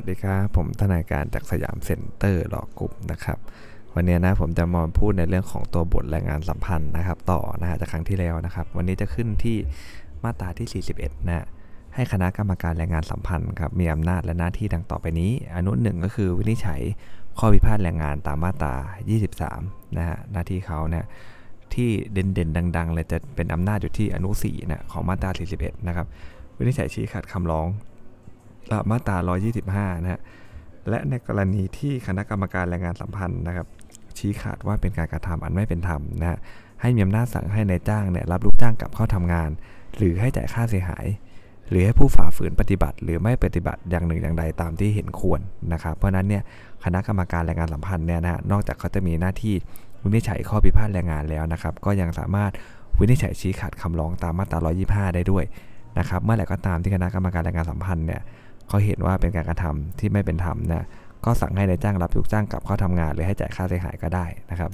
สดีครับผมทนายการจากสยามเซ็นเตอร์ลอกรุ๊ปนะครับวันนี้นะผมจะมาพูดในเรื่องของตัวบทแรงงานสัมพันธ์นะครับต่อนะฮะจากครั้งที่แล้วนะครับวันนี้จะขึ้นที่มาตราที่41นะให้คณะกรรมการแรงงานสัมพันธ์ครับมีอำนาจและหน้าที่ดังต่อไปนี้อนุ1ก็คือวินิจฉัยข้อพิพาทแรงงานตามมาตรา23นะฮะหน้าที่เขาเนี่ยที่เด่นๆดังๆเลยจะเป็นอำนาจอยู่ที่อนุ4นะของมาตรา41นะครับวินิจฉัยชี้ขาดคำร้องมาตรา125นะฮะและในกรณีที่คณะกรรมการแรงงานสัมพันธ์นะครับชี้ขาดว่าเป็นการกระทำอันไม่เป็นธรรมนะฮะให้มีอำนาจสั่งให้นายจ้างเนี่ยรับลูกจ้างกลับเข้าทำงานหรือให้จ่ายค่าเสียหายหรือให้ผู้ฝ่าฝืนปฏิบัติหรือไม่ปฏิบัติอย่างหนึ่งอย่างใดตามที่เห็นควรนะครับเพราะนั้นเนี่ยคณะกรรมการแรงงานสัมพันธ์เนี่ยนะนอกจากเขาจะมีหน้าที่วินิจฉัยข้อพิพาทแรงงานแล้วนะครับก็ยังสามารถวินิจฉัยชี้ขาดคำร้องตามมาตรา125ได้ด้วยนะครับเมื่อไหร่ก็ตามที่คณะกรรมการแรงงานสัมพันธ์เนี่ยเขาเห็นว่าเป็นการกระทำที่ไม่เป็นธรรมนะก็สั่งให้นายจ้างรับลูกจ้างกลับเข้าทำงานหรือให้จ่ายค่าเสียหายก็ได้นะครับ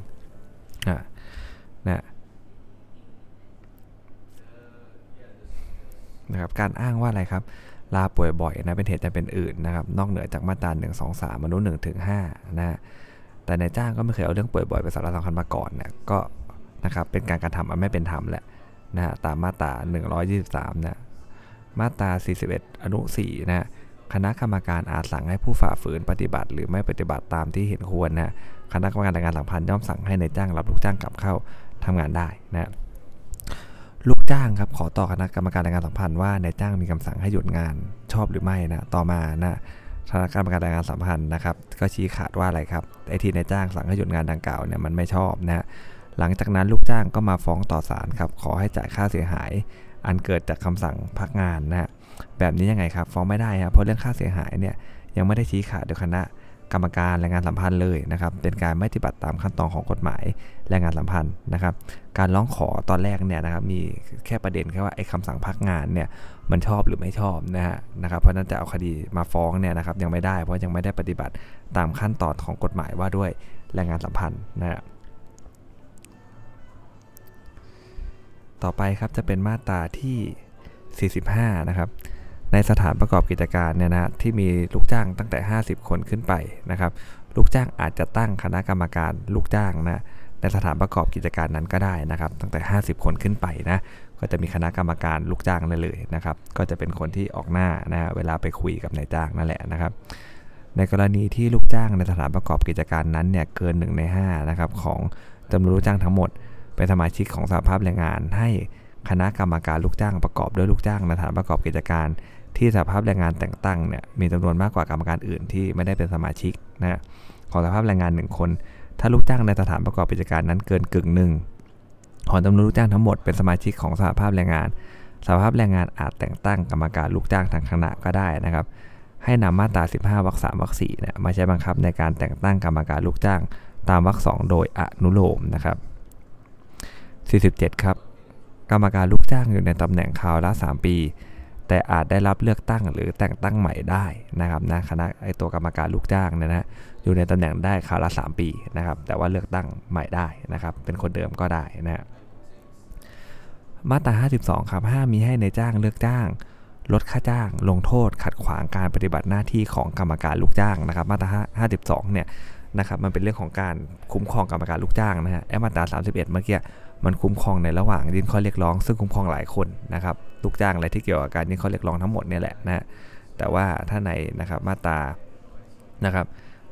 นะครับการอ้างว่าอะไรครับลาป่วยบ่อยนะเป็นเหตุจำเป็นอื่นนะครับนอกเหนือจากมาตรา1 2 3อนุ1ถึง5นะแต่นายจ้างก็ไม่เคยเอาเรื่องป่วยบ่อยเป็นสาระสำคัญมาก่อนเนี่ยก็นะครับเป็นการกระทำอันไม่เป็นธรรมแหละนะตามมาตรา123นะมาตรา41อนุ4นะคณะกรรมการอาจสั่งให้ผู้ฝ่าฝืนปฏิบัติหรือไม่ปฏิบัติตามที่เห็นควรนะคณะกรรมการแรงงานสัมพันธ์ย่อมสั่งให้นายจ้างรับลูกจ้างกลับเข้าทำงานได้นะลูกจ้างครับขอต่อคณะกรรมการแรงงานสัมพันธ์ว่านายจ้างมีคำสั่งให้หยุดงานชอบหรือไม่นะต่อมานะคณะกรรมการแรงงานสัมพันธ์นะครับก็ชี้ขาดว่าอะไรครับไอ้ที่นายจ้างสั่งให้หยุดงานดังกล่าวเนี่ยมันไม่ชอบนะหลังจากนั้นลูกจ้างก็มาฟ้องต่อศาลครับขอให้จ่ายค่าเสียหายอันเกิดจากคำสั่งพักงานนะแบบนี้ยังไงครับฟ้องไม่ได้ครับเพราะเรื่องค่าเสียหายเนี่ยยังไม่ได้ชี้ขาดโดยคณะกรรมการแรงงานสัมพันธ์เลยนะครับเป็นการไม่ปฏิบัติตามขั้นตอนของกฎหมายแรงงานสัมพันธ์นะครับการร้องขอตอนแรกเนี่ยนะครับมีแค่ประเด็นแค่ว่าไอ้คำสั่งพักงานเนี่ยมันชอบหรือไม่ชอบนะครับเพราะนั้นจะเอาคดีมาฟ้องเนี่ยนะครับยังไม่ได้เพราะยังไม่ได้ปฏิบัติตามขั้นตอนของกฎหมายว่าด้วยแรงงานสัมพันธ์นะต่อไปครับจะเป็นมาตราที่45นะครับในสถานประกอบกิจการเนี่ยนะที่มีลูกจ้างตั้งแต่50คนขึ้นไปนะครับลูกจ้างอาจจะตั้งคณะกรรมการลูกจ้างนะในสถานประกอบกิจการนั้นก็ได้นะครับตั้งแต่50คนขึ้นไปนะก็จะมีคณะกรรมการลูกจ้างเลยนะครับก็จะเป็นคนที่ออกหน้านะเวลาไปคุยกับนายจ้างนั่นแหละนะครับในกรณีที่ลูกจ้างในสถานประกอบกิจการนั้นเนี่ยเกิน1 ใน 5นะครับของจำนวนลูกจ้างทั้งหมดเป็นสมาชิกของสหภาพแรงงานให้คณะกรรมการลูกจ้างประกอบด้วยลูกจ้างในสถานประกอบกิจการที่สหภาพแรงงานแต่งตั้งเนี่ยมีจำนวนมากกว่ากรรมการอื่นที่ไม่ได้เป็นสมาชิกนะของสหภาพแรงงาน1คนถ้าลูกจ้างในสถานประกอบกิจการนั้นเกินกึ่งหนึ่งของจำนวนลูกจ้างทั้งหมดเป็นสมาชิกของสหภาพแรงงานสหภาพแรงงานอาจแต่งตั้งกรรมการลูกจ้างทางคณะก็ได้นะครับให้นำมาตรา15วรรค3วรรค4เนี่ยมาใช้บังคับในการแต่งตั้งกรรมการลูกจ้างตามวรรค2โดยอนุโลมนะครับ47ครับกรรมการลูกจ้างอยู่ในตำแหน่งคราวละ3 ปีแต่อาจได้รับเลือกตั้งหรือแต่งตั้งใหม่ได้นะครับนะคณะตัวกรรมการลูกจ้างนะอยู่ในตำแหน่งได้คราวละ3 ปีนะครับแต่ว่าเลือกตั้งใหม่ได้นะครับเป็นคนเดิมก็ได้นะมาตรา52ครับห้ามมีให้นายจ้างเลือกจ้างลดค่าจ้างลงโทษขัดขวางการปฏิบัติหน้าที่ของกรรมการลูกจ้างนะครับมาตรา52เนี่ยนะครับมันเป็นเรื่องของการคุ้มครองกรรมการลูกจ้างนะฮะมาตรา31เมื่อกี้มันคุ้มครองในระหว่างยื่นข้อเรียกร้องซึ่งคุ้มครองหลายคนนะครับลูกจ้างอะไรที่เกี่ยวกับการยื่นข้อเรียกร้องทั้งหมดเนี่ยแหละนะแต่ว่าถ้าในนะครับมาตรานะครับ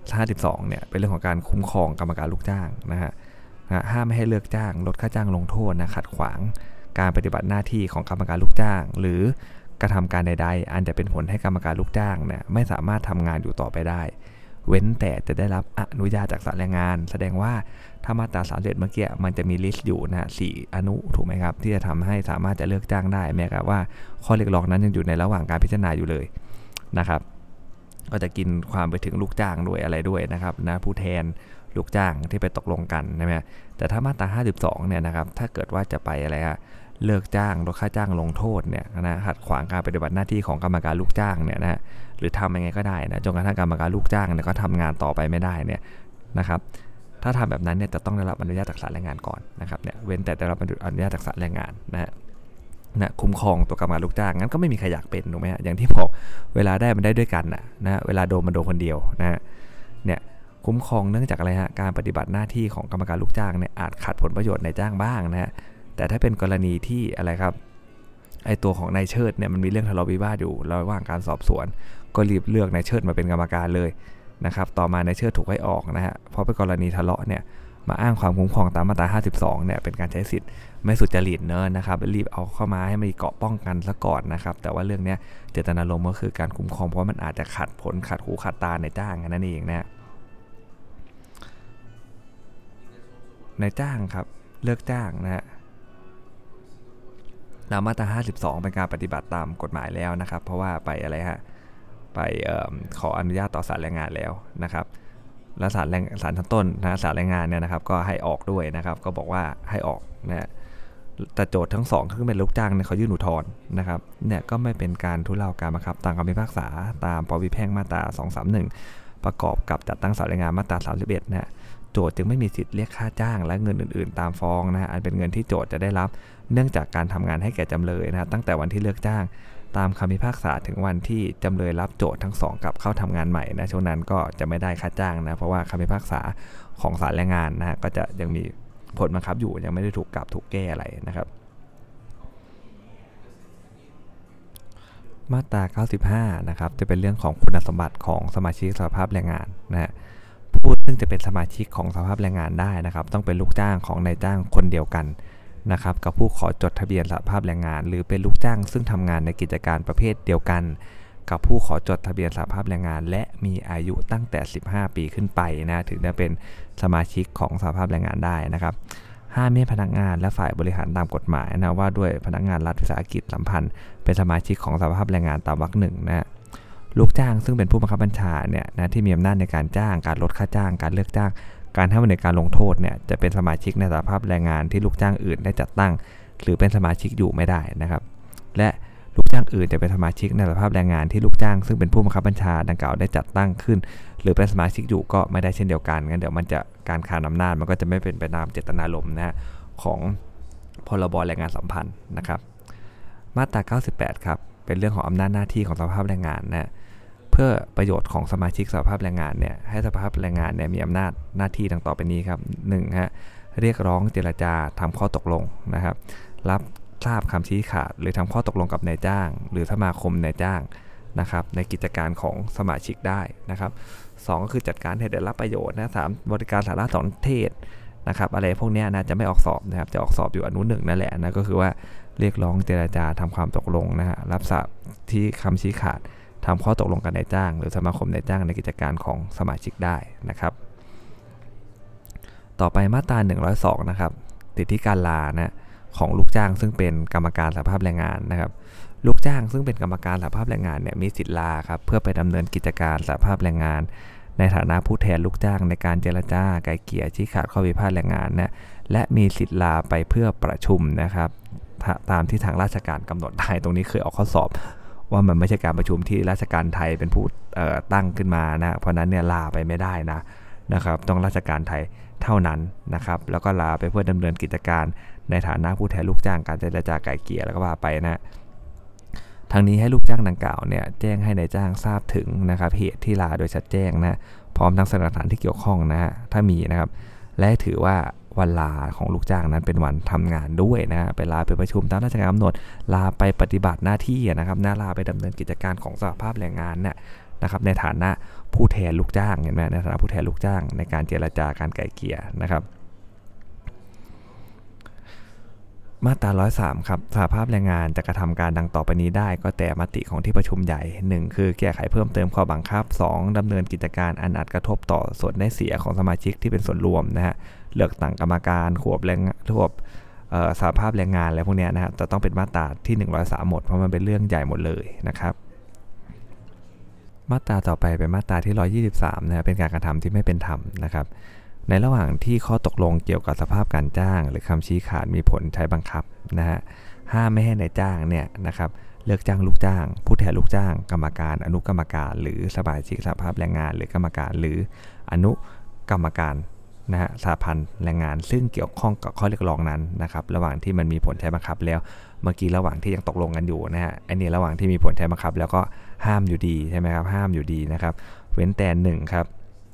52เนี่ยเป็นเรื่องของการคุ้มครองกรรมการลูกจ้างนะฮะห้ามไม่ให้เลิกจ้างลดค่าจ้างลงโทษนะขัดขวางการปฏิบัติหน้าที่ของกรรมการลูกจ้างหรือกระทำการใดๆอันจะเป็นผลให้กรรมการลูกจ้างเนี่ยไม่สามารถทำงานอยู่ต่อไปได้เว้นแต่จะได้รับอนุญาตจากศาลแรงงานแสดงว่าถ้ามาตรา31เมื่อกี้มันจะมีลิสต์อยู่นะ4อนุถูกไหมครับที่จะทำให้สามารถจะเลิกจ้างได้แม้กระทั่งว่าข้อเรียกร้องนั้นยังอยู่ในระหว่างการพิจารณาอยู่เลยนะครับก็จะกินความไปถึงลูกจ้างด้วยอะไรด้วยนะครับนะผู้แทนลูกจ้างที่ไปตกลงกันใช่ไหมแต่ถ้ามาตรา52เนี่ยนะครับถ้าเกิดว่าจะไปอะไรเลิกจ้างลดค่าจ้างลงโทษเนี่ยนะขัดขวางการปฏิบัติหน้าที่ของกรรมการลูกจ้างเนี่ยนะหรือทำยังไงก็ได้นะจนกระทั่งกรรมการลูกจ้างเนี่ยก็ทำงานต่อไปไม่ได้เนี่ยนะครับถ้าทำแบบนั้นเนี่ยจะต้องได้รับอนุญาตจากศาลแรงงานก่อนนะครับเนี่ยเว้นแต่ได้รับอนุญาตจากศาลแรงงานนะนะคุ้มครองตัวกรรมการลูกจ้างงั้นก็ไม่มีใครอยากเป็นถูกไหมฮะอย่างที่บอกเวลาได้มันได้ด้วยกันนะเวลาโดนมันโดนคนเดียวนะเนี่ยคุ้มครองเนื่องจากอะไรฮะการปฏิบัติหน้าที่ของกรรมการลูกจ้างเนี่ยอาจขัดผลประโยชน์นายจ้างบ้างนะฮะแต่ถ้าเป็นกรณีที่อะไรครับไอตัวของนายเชิดเนี่ยมันมีเรื่องทะเลาะวิวาทอยู่ระหว่างการสอบสวนก็รีบเลือกนายเชิดมาเป็นกรรมการเลยนะครับต่อมานายเชิดถูกให้ออกนะฮะเพราะเป็นกรณีทะเลาะเนี่ยมาอ้างความคุ้มครองตามมาตรา52เนี่ยเป็นการใช้สิทธิ์ไม่สุจริตเนอะนะครับรีบเอาเข้ามาให้มันเกาะป้องกันซะก่อนนะครับแต่ว่าเรื่องนี้เจตนารมณ์ก็คือการคุ้มครองเพราะมันอาจจะขัดผลขัดหูขัดตาในจ้างนั่นเองนะในจ้างครับเลิกจ้างนะฮะตามมาตรา52เป็นการปฏิบัติตามกฎหมายแล้วนะครับเพราะว่าไปอะไรฮะไปขออนุญาตต่อศาลแรงงานแล้วนะครับและศาลชั้นต้นนะศาลแรงงานเนี่ยนะครับก็ให้ออกด้วยนะครับก็บอกว่าให้ออกนะแต่โจทย์ทั้งสองซึ่งเป็นลูกจ้างเนี่ยเขายื่นอุทธรณ์นะครับเนี่ยก็ไม่เป็นการทุเลาการบังคับตามคำพิพากษาตามปวิแพ่งมาตรา231ประกอบกับจัดตั้งศาลแรงงานมาตรา31นะโจทย์จึงไม่มีสิทธิ์เรียกค่าจ้างและเงินอื่นๆตามฟ้องนะฮะอันเป็นเงินที่โจทย์จะได้รับเนื่องจากการทำงานให้แก่จำเลยนะตั้งแต่วันที่เลิกจ้างตามคำพิพากษาถึงวันที่จำเลยรับโจทย์ทั้งสองกลับเข้าทำงานใหม่นะช่วงนั้นก็จะไม่ได้ค่าจ้างนะเพราะว่าคำพิพากษาของศาลแรงงานนะก็จะยังมีผลบังคับอยู่ยังไม่ได้ถูกกลับถูกแก้อะไรนะครับมาตรา95นะครับจะเป็นเรื่องของคุณสมบัติของสมาชิกสหภาพแรงงานนะฮะผู้ซึ่งจะเป็นสมาชิกของสหภาพแรงงานได้นะครับต้องเป็นลูกจ้างของนายจ้างคนเดียวกันนะครับกับผู้ขอจดทะเบียนสหภาพแรงงานหรือเป็นลูกจ้างซึ่งทำงานในกิจการประเภทเดียวกันกับผู้ขอจดทะเบียนสหภาพแรงงานและมีอายุตั้งแต่15ปีขึ้นไปนะถึงจะเป็นสมาชิกของสหภาพแรงงานได้นะครับห้ามไม่ให้พนักงานและฝ่ายบริหารตามกฎหมายนะว่าด้วยพนักงานรัฐวิสาหกิจสัมพันธ์เป็นสมาชิกของสหภาพแรงงานตามวรรคหนึ่งนะลูกจ้างซึ่งเป็นผู้บังคับบัญชาเนี่ยนะที่มีอำนาจในการจ้างการลดค่าจ้างการเลิกจ้างการให้บริการลงโทษเนี่ยจะเป็นสมาชิกในสหภาพแรงงานที่ลูกจ้างอื่นได้จัดตั้งหรือเป็นสมาชิกอยู่ไม่ได้นะครับและลูกจ้างอื่นจะเป็นสมาชิกในสหภาพแรงงานที่ลูกจ้างซึ่งเป็นผู้บังคับบัญชาดังกล่าวได้จัดตั้งขึ้นหรือเป็นสมาชิกอยู่ก็ไม่ได้เช่นเดียวกันงั้นเดี๋ยวมันจะการขานอำนาจมันก็จะไม่เป็นไปตามเจตนารมณ์นะของพรบแรงงานสัมพันธ์นะครับมาตรา98ครับเป็นเรื่องของอำนาจหน้าที่ของสหภาพแรงงานนะเพื่อประโยชน์ของสมาชิกสหภาพแรงงานเนี่ยให้สหภาพแรงงานเนี่ยมีอำนาจหน้าที่ดังต่อไปนี้ครับ1ฮะเรียกร้องเจรจาทำข้อตกลงนะครับรับทราบคำชี้ขาดหรือทำข้อตกลงกับนายจ้างหรือสมาคมนายจ้างนะครับในกิจการของสมาชิกได้นะครับ2ก็คือจัดการให้ได้รับประโยชน์นะ3บริการสารสนเทศนะครับอะไรพวกนี้นะจะไม่ออกสอบนะครับจะออกสอบอยู่อนุ1นั่นแหละนะก็คือว่าเรียกร้องเจรจาทำความตกลงนะฮะรับทราบที่คำชี้ขาดทำข้อตกลงกับนายจ้างหรือสมาคมนายจ้างในกิจการของสมาชิกได้นะครับต่อไปมาตรา102นะครับสิทธิการลานะของลูกจ้างซึ่งเป็นกรรมการสหภาพแรงงานนะครับลูกจ้างซึ่งเป็นกรรมการสหภาพแรงงานเนี่ยมีสิทธิลาครับเพื่อไปดำเนินกิจการสหภาพแรงงานในฐานะผู้แทนลูกจ้างในการเจรจาไกล่เกลี่ยชี้ขาดข้อพิพาทแรงงานนะและมีสิทธิลาไปเพื่อประชุมนะครับตามที่ทางราชการกำหนดได้ตรงนี้เคยออกข้อสอบว่ามันไม่ใช่การประชุมที่ราชการไทยเป็นผู้ตั้งขึ้นมานะเพราะนั้นเนี่ยลาไปไม่ได้นะครับต้องราชการไทยเท่านั้นนะครับแล้วก็ลาไปเพื่อดำเนินกิจการในฐานะผู้แทนลูกจ้างการเจรจาไกล่เกลี่ยแล้วก็ว่าไปนะทั้งนี้ให้ลูกจ้างดังกล่าวเนี่ยแจ้งให้นายจ้างทราบถึงนะครับเหตุที่ลาโดยชัดแจ้งนะพร้อมทั้งสถานที่เกี่ยวข้องนะฮะถ้ามีนะครับและถือว่าวันลาของลูกจ้างนั้นเป็นวันทำงานด้วยนะไปลาไปประชุมตามราชการกำหนดลาไปปฏิบัติหน้าที่นะครับลาไปดำเนินกิจการของสหภาพแรงงานเนี่ยนะครับในฐานะผู้แทนลูกจ้างเห็นไหมในฐานะผู้แทนลูกจ้างในการเจรจาการไกล่เกลี่ยนะครับมาตรา103ครับสหภาพแรงงานจะกระทำการดังต่อไปนี้ได้ก็แต่มติของที่ประชุมใหญ่1คือแก้ไขเพิ่มเติมข้อบังคับ2ดำเนินกิจการอันอาจกระทบต่อส่วนได้เสียของสมาชิกที่เป็นส่วนรวมนะฮะเลือกตั้งกรรมการควบสหภาพแรงงานอะไรพวกนี้นะฮะจะต้องเป็นมาตราที่103หมดเพราะมันเป็นเรื่องใหญ่หมดเลยนะครับมาตราต่อไปเป็นมาตราที่123นะเป็นการกระทำที่ไม่เป็นธรรมนะครับในระหว่างที่ข้อตกลงเกี่ยวกับสภาพการจ้างหรือคำชี้ขาดมีผลใช้บังคับนะฮะห้ามไม่ให้นายจ้างเนี่ยนะครับเลิกจ้างลูกจ้างผู้แทนลูกจ้างกรรมการอนุกรรมการหรือสมาชิกสภาพแรงงานหรือกรรมการหรืออนุกรรมการนะฮะสหพันธ์แรงงานซึ่งเกี่ยวข้องกับข้อเรียกร้องนั้นนะครับระหว่างที่มันมีผลใช้บังคับแล้วเมื่อกี้ระหว่างที่ยังตกลงกันอยู่นะฮะอันนี้ระหว่างที่มีผลใช้บังคับแล้วก็ห้ามอยู่ดีใช่ไหมครับห้ามอยู่ดีนะครับเว้นแต่1ครับ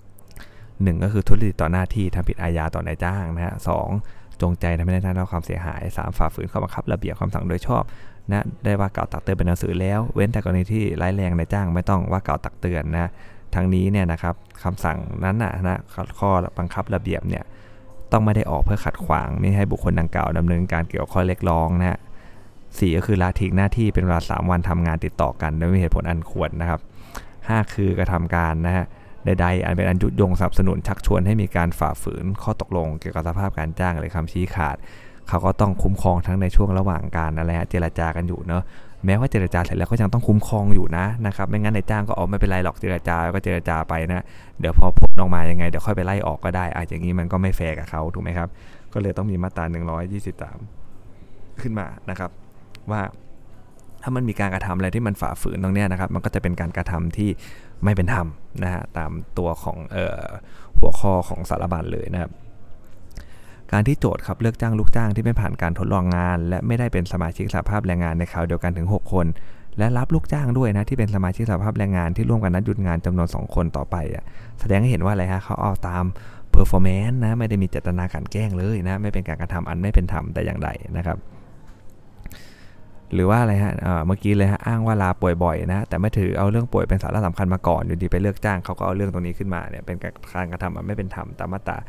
1ก็คือทุจริตต่อหน้าที่ทำผิดอาญาต่อนายจ้างนะฮะ2จงใจทำให้นายจ้างได้รับความเสียหาย3ฝ่าฝืนข้อบังคับระเบียบคำสั่งโดยชอบนะได้ว่ากล่าวตักเตือนเป็นหนังสือแล้วเว้นแต่กรณีที่ร้ายแรงนายจ้างไม่ต้องว่ากล่าวตักเตือนนะทั้งนี้เนี่ยนะครับคำสั่งนั้นนะข้อบังคับระเบียบเนี่ยต้องไม่ได้ออกเพื่อขัดขวางไม่ให้บุคคลดังกล่าวดำเนินการเกี่ยวกับข้อเรียกร้องนะฮะ4ก็คือละทิ้งหน้าที่เป็นเวลา3วันทำงานติดต่อกันโดยไม่มีเหตุผลอันควรนะครับ5คือกระทำการนะฮะใดๆอันเป็นอันยุยงสนับสนุนชักชวนให้มีการฝ่าฝืนข้อตกลงเกี่ยวกับสภาพการจ้างหรือคำชี้ขาดเขาก็ต้องคุ้มครองทั้งในช่วงระหว่างการอะไรเจรจากันอยู่เนาะแม้ว่าเจรจาเสร็จแล้วก็ยังต้องคุ้มครองอยู่นะครับไม่งั้นนายจ้างก็ออกไม่เป็นไรหรอกเจรจาก็เจรจาไปนะเดี๋ยวพอผลออกมายังไงเดี๋ยวค่อยไปไล่ออกก็ได้อย่างนี้มันก็ไม่แฟร์กับเขาถูกไหมครับก็เลยต้องมีมาตรา123ขึ้นมานะครับว่าถ้ามันมีการกระทำอะไรที่มันฝ่าฝืนตรงนี้นะครับมันก็จะเป็นการกระทำที่ไม่เป็นธรรมนะฮะตามตัวของหัวข้อของสารบัญเลยนะครับการที่โจทย์ครับเลือกจ้างลูกจ้างที่ไม่ผ่านการทดลองงานและไม่ได้เป็นสมาชิกสหภาพแรงงานในคราวเดียวกันถึง6คนและรับลูกจ้างด้วยนะที่เป็นสมาชิกสหภาพแรงงานที่ร่วมกันนัดหยุดงานจำนวน2คนต่อไปแสดงให้เห็นว่าอะไรฮะเขาเอาตาม performance นะไม่ได้มีเจตนาการแกล้งเลยนะไม่เป็นการกระทำอันไม่เป็นธรรมแต่อย่างใดนะครับหรือว่าอะไรฮะเมื่อกี้เลยฮะอ้างว่าลาป่วยบ่อยนะแต่ไม่ถือเอาเรื่องป่วยเป็นสาระสำคัญมาก่อนอยู่ดีไปเลือกจ้างเขาก็เอาเรื่องตรงนี้ขึ้นมาเนี่ยเป็นการกระทำอันไม่เป็นธรรมตามมาตรา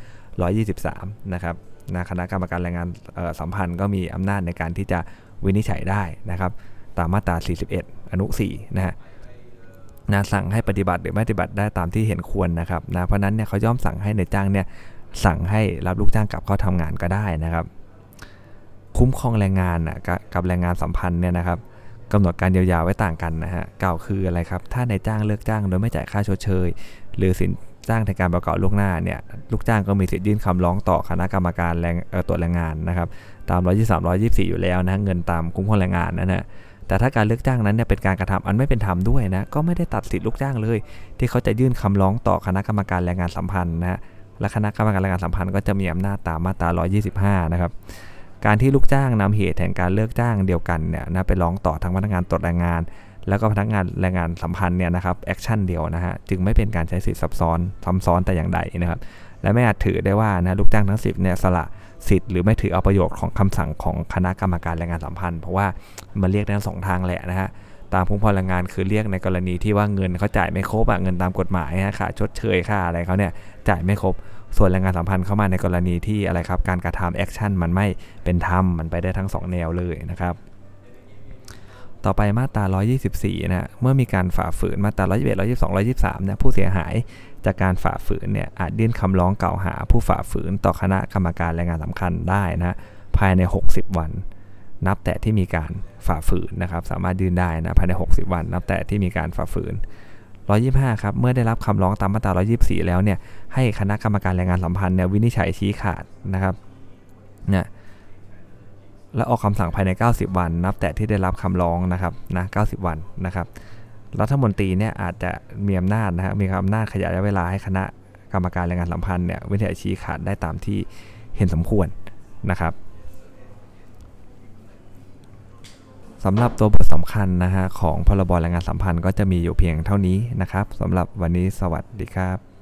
123นะครับคณะกรรมการแรงงานสัมพันธ์ก็มีอำนาจในการที่จะวินิจฉัยได้นะครับตามมาตรา41อนุ4นะฮะสั่งให้ปฏิบัติหรือไม่ปฏิบัติได้ตามที่เห็นควรนะครับเพราะนั้นเนี่ยเขาย่อมสั่งให้นายจ้างเนี่ยสั่งให้รับลูกจ้างกลับเข้าทำงานก็ได้นะครับคุ้มครองแรงงานกับแรงงานสัมพันธ์เนี่ยนะครับกำหนดการเยียวยาไว้ต่างกันนะฮะกล่าวคืออะไรครับถ้านายจ้างเลิกจ้างโดยไม่จ่ายค่าชดเชยหรือสินจ้างในการประกอบล่วงหน้าเนี่ยลูกจ้างก็มีสิทธิ์ยื่นคำร้องต่อคณะกรรมการตรวจแรงงานนะครับตาม123 124อยู่แล้วนะเงินตามคุ้มครองแรงงานนะฮะแต่ถ้าการเลิกจ้างนั้นเนี่ยเป็นการกระทำอันไม่เป็นธรรมด้วยนะก็ไม่ได้ตัดสิทธิ์ลูกจ้างเลยที่เขาจะยื่นคำร้องต่อคณะกรรมการแรงงานสัมพันธ์นะฮะและคณะกรรมการแรงงานสัมพันธ์ก็จะมีอำนาจตามมาตรา125นะครับการที่ลูกจ้างนำเหตุแห่งการเลิกจ้างเดียวกันเนี่ยไปร้องต่อทางพนักงานตรวจแรงงานแล้วก็พนักงานแรงงานสัมพันธ์เนี่ยนะครับแอคชั่นเดียวนะฮะจึงไม่เป็นการใช้สิทธิซ้ำซ้อนแต่อย่างใดนะครับและไม่อาจถือได้ว่านะลูกจ้างทั้ง10เนี่ยสละสิทธิ์หรือไม่ถือเอาประโยชน์ของคำสั่งของคณะกรรมการแรงงานสัมพันธ์เพราะว่ามันเรียกได้ทั้ง2ทางแหละนะฮะตามคุ้มครองแรงงานคือเรียกในกรณีที่ว่าเงินเขาจ่ายไม่ครบเงินตามกฎหมายค่าชดเชยค่าอะไรเขาเนี่ยจ่ายไม่ครบส่วนแรงงานสัมพันธ์เข้ามาในกรณีที่อะไรครับการกระทำแอคชั่นมันไม่เป็นธรรมมันไปได้ทั้ง2แนวเลยนะครับต่อไปมาตรา124นะเมื่อมีการฝ่าฝืนมาตรา121 122 123เนี่ยผู้เสียหายจากการฝ่าฝืนเนี่ยอาจยื่นคำร้องกล่าวหาผู้ฝ่าฝืนต่อคณะกรรมการแรงงานสำคัญได้นะภายใน60วันนับแต่ที่มีการฝ่าฝืนนะครับสามารถยื่นได้นะภายใน60วันนับแต่ที่มีการฝ่าฝืน125ครับเมื่อได้รับคำร้องตามมาตรา124แล้วเนี่ยให้คณะกรรมการแรงงานสัมพันธ์เนี่ยวินิจฉัยชี้ขาดนะครับเนี่ยและออกคำสั่งภายใน90วันนับแต่ที่ได้รับคำร้องนะครับ90วันนะครับรัฐมนตรีเนี่ยอาจจะมีอำนาจมีอำนาจขยายเวลาให้คณะกรรมการแรงงานสัมพันธ์เนี่ยวินิจฉัยชี้ขาดได้ตามที่เห็นสมควรนะครับสำหรับตัวบทสำคัญของพรบแรงงานสัมพันธ์ก็จะมีอยู่เพียงเท่านี้นะครับสำหรับวันนี้สวัสดีครับ